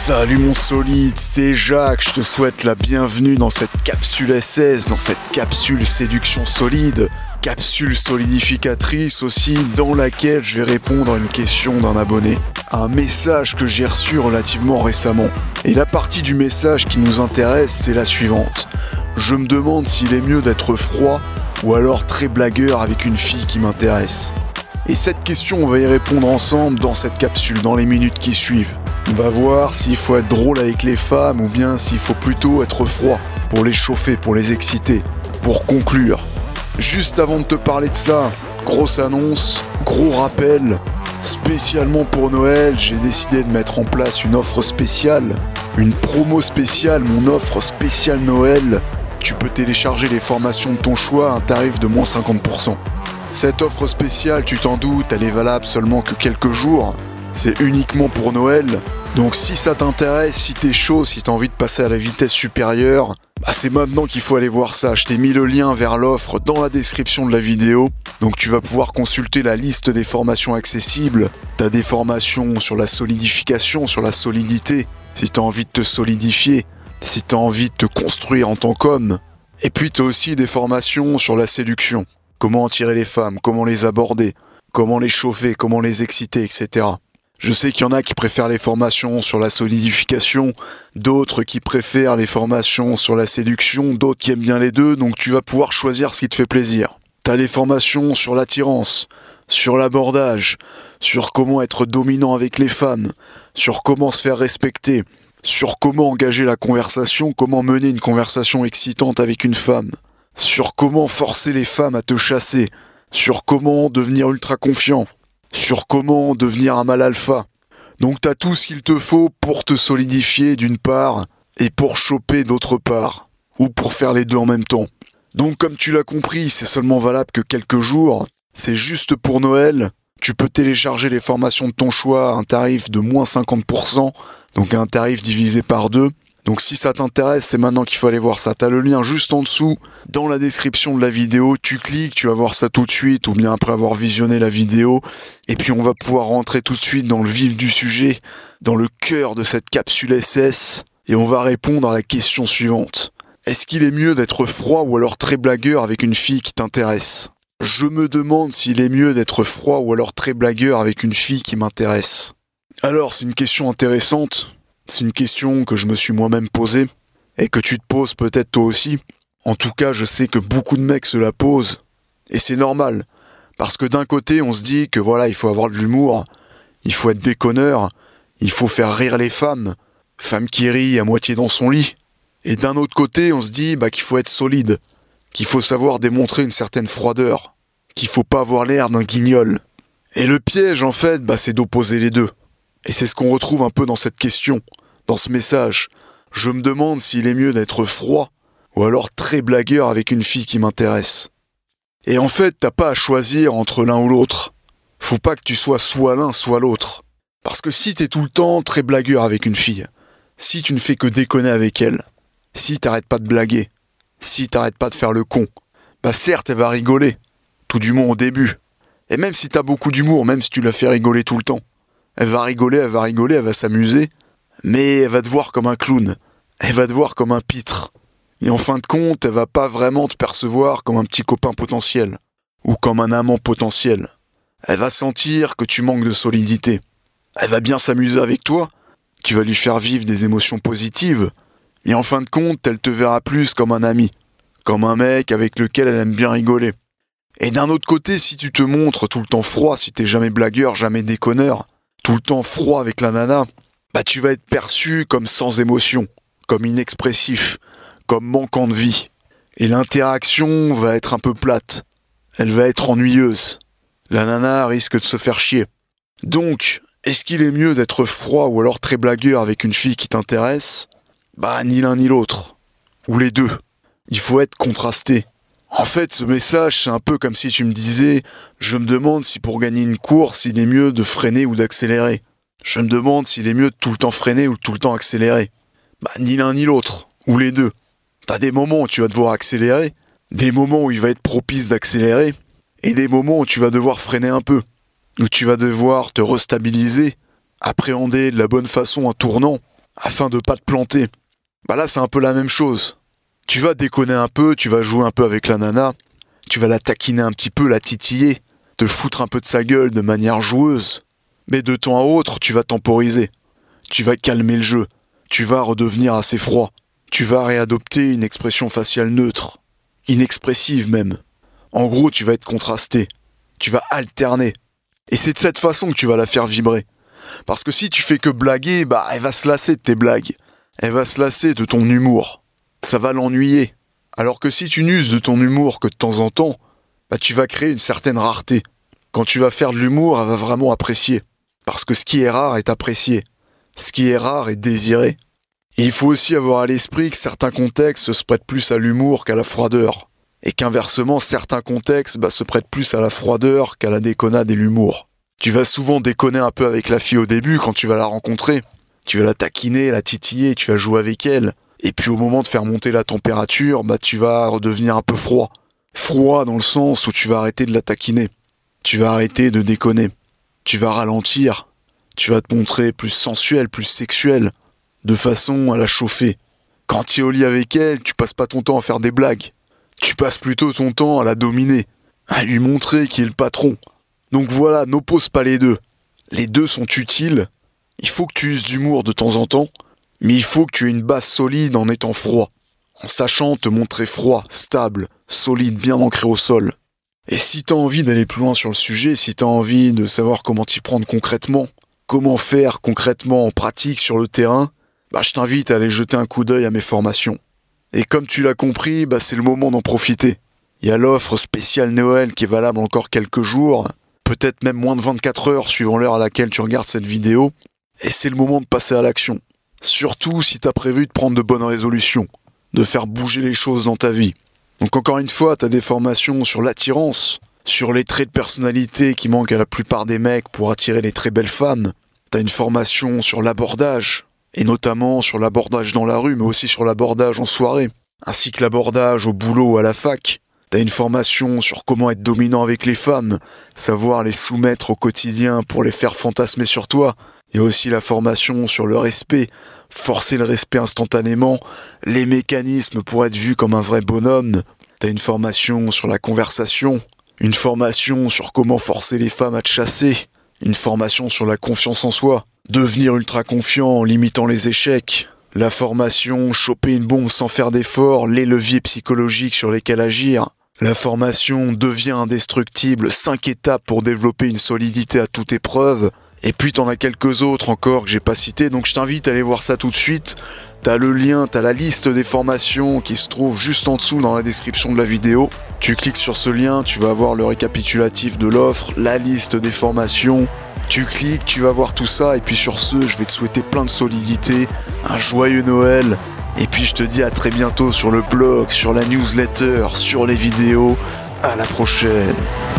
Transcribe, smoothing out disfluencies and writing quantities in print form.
Salut mon solide, c'est Jacques, je te souhaite la bienvenue dans cette capsule SS, dans cette capsule séduction solide, capsule solidificatrice aussi, dans laquelle je vais répondre à une question d'un abonné, à un message que j'ai reçu relativement récemment. Et la partie du message qui nous intéresse, c'est la suivante. Je me demande s'il est mieux d'être froid ou alors très blagueur avec une fille qui m'intéresse. Et cette question, on va y répondre ensemble dans cette capsule, dans les minutes qui suivent. On va voir s'il faut être drôle avec les femmes ou bien s'il faut plutôt être froid pour les chauffer, pour les exciter. Pour conclure, juste avant de te parler de ça, grosse annonce, gros rappel, spécialement pour Noël, j'ai décidé de mettre en place une offre spéciale, une promo spéciale, mon offre spéciale Noël. Tu peux télécharger les formations de ton choix à un tarif de moins 50%. Cette offre spéciale, tu t'en doutes, elle est valable seulement que quelques jours. C'est uniquement pour Noël. Donc si ça t'intéresse, si t'es chaud, si t'as envie de passer à la vitesse supérieure, c'est maintenant qu'il faut aller voir ça. Je t'ai mis le lien vers l'offre dans la description de la vidéo. Donc tu vas pouvoir consulter la liste des formations accessibles. T'as des formations sur la solidification, sur la solidité, si t'as envie de te solidifier, si t'as envie de te construire en tant qu'homme. Et puis t'as aussi des formations sur la séduction. Comment attirer les femmes, comment les aborder, comment les chauffer, comment les exciter, etc. Je sais qu'il y en a qui préfèrent les formations sur la solidification, d'autres qui préfèrent les formations sur la séduction, d'autres qui aiment bien les deux, donc tu vas pouvoir choisir ce qui te fait plaisir. T'as des formations sur l'attirance, sur l'abordage, sur comment être dominant avec les femmes, sur comment se faire respecter, sur comment engager la conversation, comment mener une conversation excitante avec une femme, sur comment forcer les femmes à te chasser, sur comment devenir ultra confiant, sur comment devenir un mâle alpha. Donc t'as tout ce qu'il te faut pour te solidifier d'une part et pour choper d'autre part, ou pour faire les deux en même temps. Donc comme tu l'as compris, c'est seulement valable que quelques jours, c'est juste pour Noël. Tu peux télécharger les formations de ton choix à un tarif de moins 50%, donc un tarif divisé par 2. Donc si ça t'intéresse, c'est maintenant qu'il faut aller voir ça. T'as le lien juste en dessous, dans la description de la vidéo. Tu cliques, tu vas voir ça tout de suite, ou bien après avoir visionné la vidéo. Et puis on va pouvoir rentrer tout de suite dans le vif du sujet, dans le cœur de cette capsule SS. Et on va répondre à la question suivante. Est-ce qu'il est mieux d'être froid ou alors très blagueur avec une fille qui t'intéresse ? Je me demande s'il est mieux d'être froid ou alors très blagueur avec une fille qui m'intéresse. Alors, c'est une question intéressante. C'est une question que je me suis moi-même posée et que tu te poses peut-être toi aussi. En tout cas, je sais que beaucoup de mecs se la posent et c'est normal parce que d'un côté, on se dit que voilà, il faut avoir de l'humour, il faut être déconneur, il faut faire rire les femmes, femme qui rit à moitié dans son lit. Et d'un autre côté, on se dit qu'il faut être solide, qu'il faut savoir démontrer une certaine froideur, qu'il faut pas avoir l'air d'un guignol. Et le piège, en fait, c'est d'opposer les deux. Et c'est ce qu'on retrouve un peu dans cette question, dans ce message. Je me demande s'il est mieux d'être froid ou alors très blagueur avec une fille qui m'intéresse. Et en fait, t'as pas à choisir entre l'un ou l'autre. Faut pas que tu sois soit l'un, soit l'autre. Parce que si t'es tout le temps très blagueur avec une fille, si tu ne fais que déconner avec elle, si t'arrêtes pas de blaguer, si t'arrêtes pas de faire le con, certes, elle va rigoler, tout du moins au début. Et même si t'as beaucoup d'humour, même si tu la fais rigoler tout le temps, elle va rigoler, elle va s'amuser, mais elle va te voir comme un clown, elle va te voir comme un pitre. Et en fin de compte, elle va pas vraiment te percevoir comme un petit copain potentiel, ou comme un amant potentiel. Elle va sentir que tu manques de solidité. Elle va bien s'amuser avec toi, tu vas lui faire vivre des émotions positives, mais en fin de compte, elle te verra plus comme un ami, comme un mec avec lequel elle aime bien rigoler. Et d'un autre côté, si tu te montres tout le temps froid, si t'es jamais blagueur, jamais déconneur, tout le temps froid avec la nana, tu vas être perçu comme sans émotion, comme inexpressif, comme manquant de vie. Et l'interaction va être un peu plate, elle va être ennuyeuse. La nana risque de se faire chier. Donc, est-ce qu'il est mieux d'être froid ou alors très blagueur avec une fille qui t'intéresse ? Ni l'un ni l'autre. Ou les deux. Il faut être contrasté. En fait, ce message, c'est un peu comme si tu me disais « Je me demande si pour gagner une course, il est mieux de freiner ou d'accélérer. Je me demande s'il est mieux de tout le temps freiner ou de tout le temps accélérer. » Ni l'un ni l'autre. Ou les deux. T'as des moments où tu vas devoir accélérer, des moments où il va être propice d'accélérer, et des moments où tu vas devoir freiner un peu, où tu vas devoir te restabiliser, appréhender de la bonne façon un tournant, afin de pas te planter. Bah là, c'est un peu la même chose. Tu vas déconner un peu, tu vas jouer un peu avec la nana, tu vas la taquiner un petit peu, la titiller, te foutre un peu de sa gueule de manière joueuse. Mais de temps à autre, tu vas temporiser. Tu vas calmer le jeu. Tu vas redevenir assez froid. Tu vas réadopter une expression faciale neutre. Inexpressive même. En gros, tu vas être contrasté. Tu vas alterner. Et c'est de cette façon que tu vas la faire vibrer. Parce que si tu fais que blaguer, bah elle va se lasser de tes blagues. Elle va se lasser de ton humour. Ça va l'ennuyer. Alors que si tu n'uses de ton humour que de temps en temps, bah tu vas créer une certaine rareté. Quand tu vas faire de l'humour, elle va vraiment apprécier. Parce que ce qui est rare est apprécié. Ce qui est rare est désiré. Et il faut aussi avoir à l'esprit que certains contextes se prêtent plus à l'humour qu'à la froideur. Et qu'inversement, certains contextes se prêtent plus à la froideur qu'à la déconnade et l'humour. Tu vas souvent déconner un peu avec la fille au début quand tu vas la rencontrer. Tu vas la taquiner, la titiller, tu vas jouer avec elle. Et puis au moment de faire monter la température, tu vas redevenir un peu froid. Froid dans le sens où tu vas arrêter de la taquiner. Tu vas arrêter de déconner. Tu vas ralentir. Tu vas te montrer plus sensuel, plus sexuel, de façon à la chauffer. Quand tu es au lit avec elle, tu passes pas ton temps à faire des blagues. Tu passes plutôt ton temps à la dominer, à lui montrer qui est le patron. Donc voilà, n'oppose pas les deux. Les deux sont utiles. Il faut que tu uses d'humour de temps en temps, mais il faut que tu aies une base solide en étant froid, en sachant te montrer froid, stable, solide, bien ancré au sol. Et si t'as envie d'aller plus loin sur le sujet, si t'as envie de savoir comment t'y prendre concrètement, comment faire concrètement en pratique sur le terrain, je t'invite à aller jeter un coup d'œil à mes formations. Et comme tu l'as compris, c'est le moment d'en profiter. Il y a l'offre spéciale Noël qui est valable encore quelques jours, peut-être même moins de 24 heures suivant l'heure à laquelle tu regardes cette vidéo, et c'est le moment de passer à l'action. Surtout si t'as prévu de prendre de bonnes résolutions, de faire bouger les choses dans ta vie. Donc encore une fois, t'as des formations sur l'attirance, sur les traits de personnalité qui manquent à la plupart des mecs pour attirer les très belles femmes. T'as une formation sur l'abordage, et notamment sur l'abordage dans la rue, mais aussi sur l'abordage en soirée, ainsi que l'abordage au boulot ou à la fac. T'as une formation sur comment être dominant avec les femmes, savoir les soumettre au quotidien pour les faire fantasmer sur toi. Il y a aussi la formation sur le respect, forcer le respect instantanément, les mécanismes pour être vu comme un vrai bonhomme. T'as une formation sur la conversation, une formation sur comment forcer les femmes à te chasser, une formation sur la confiance en soi, devenir ultra confiant en limitant les échecs, la formation choper une bombe sans faire d'effort, les leviers psychologiques sur lesquels agir, la formation devient indestructible, 5 étapes pour développer une solidité à toute épreuve. Et puis t'en as quelques autres encore que j'ai pas citées, donc je t'invite à aller voir ça tout de suite. T'as le lien, t'as la liste des formations qui se trouve juste en dessous dans la description de la vidéo. Tu cliques sur ce lien, tu vas voir le récapitulatif de l'offre, la liste des formations. Tu cliques, tu vas voir tout ça, et puis sur ce, je vais te souhaiter plein de solidité, un joyeux Noël, et puis je te dis à très bientôt sur le blog, sur la newsletter, sur les vidéos. À la prochaine.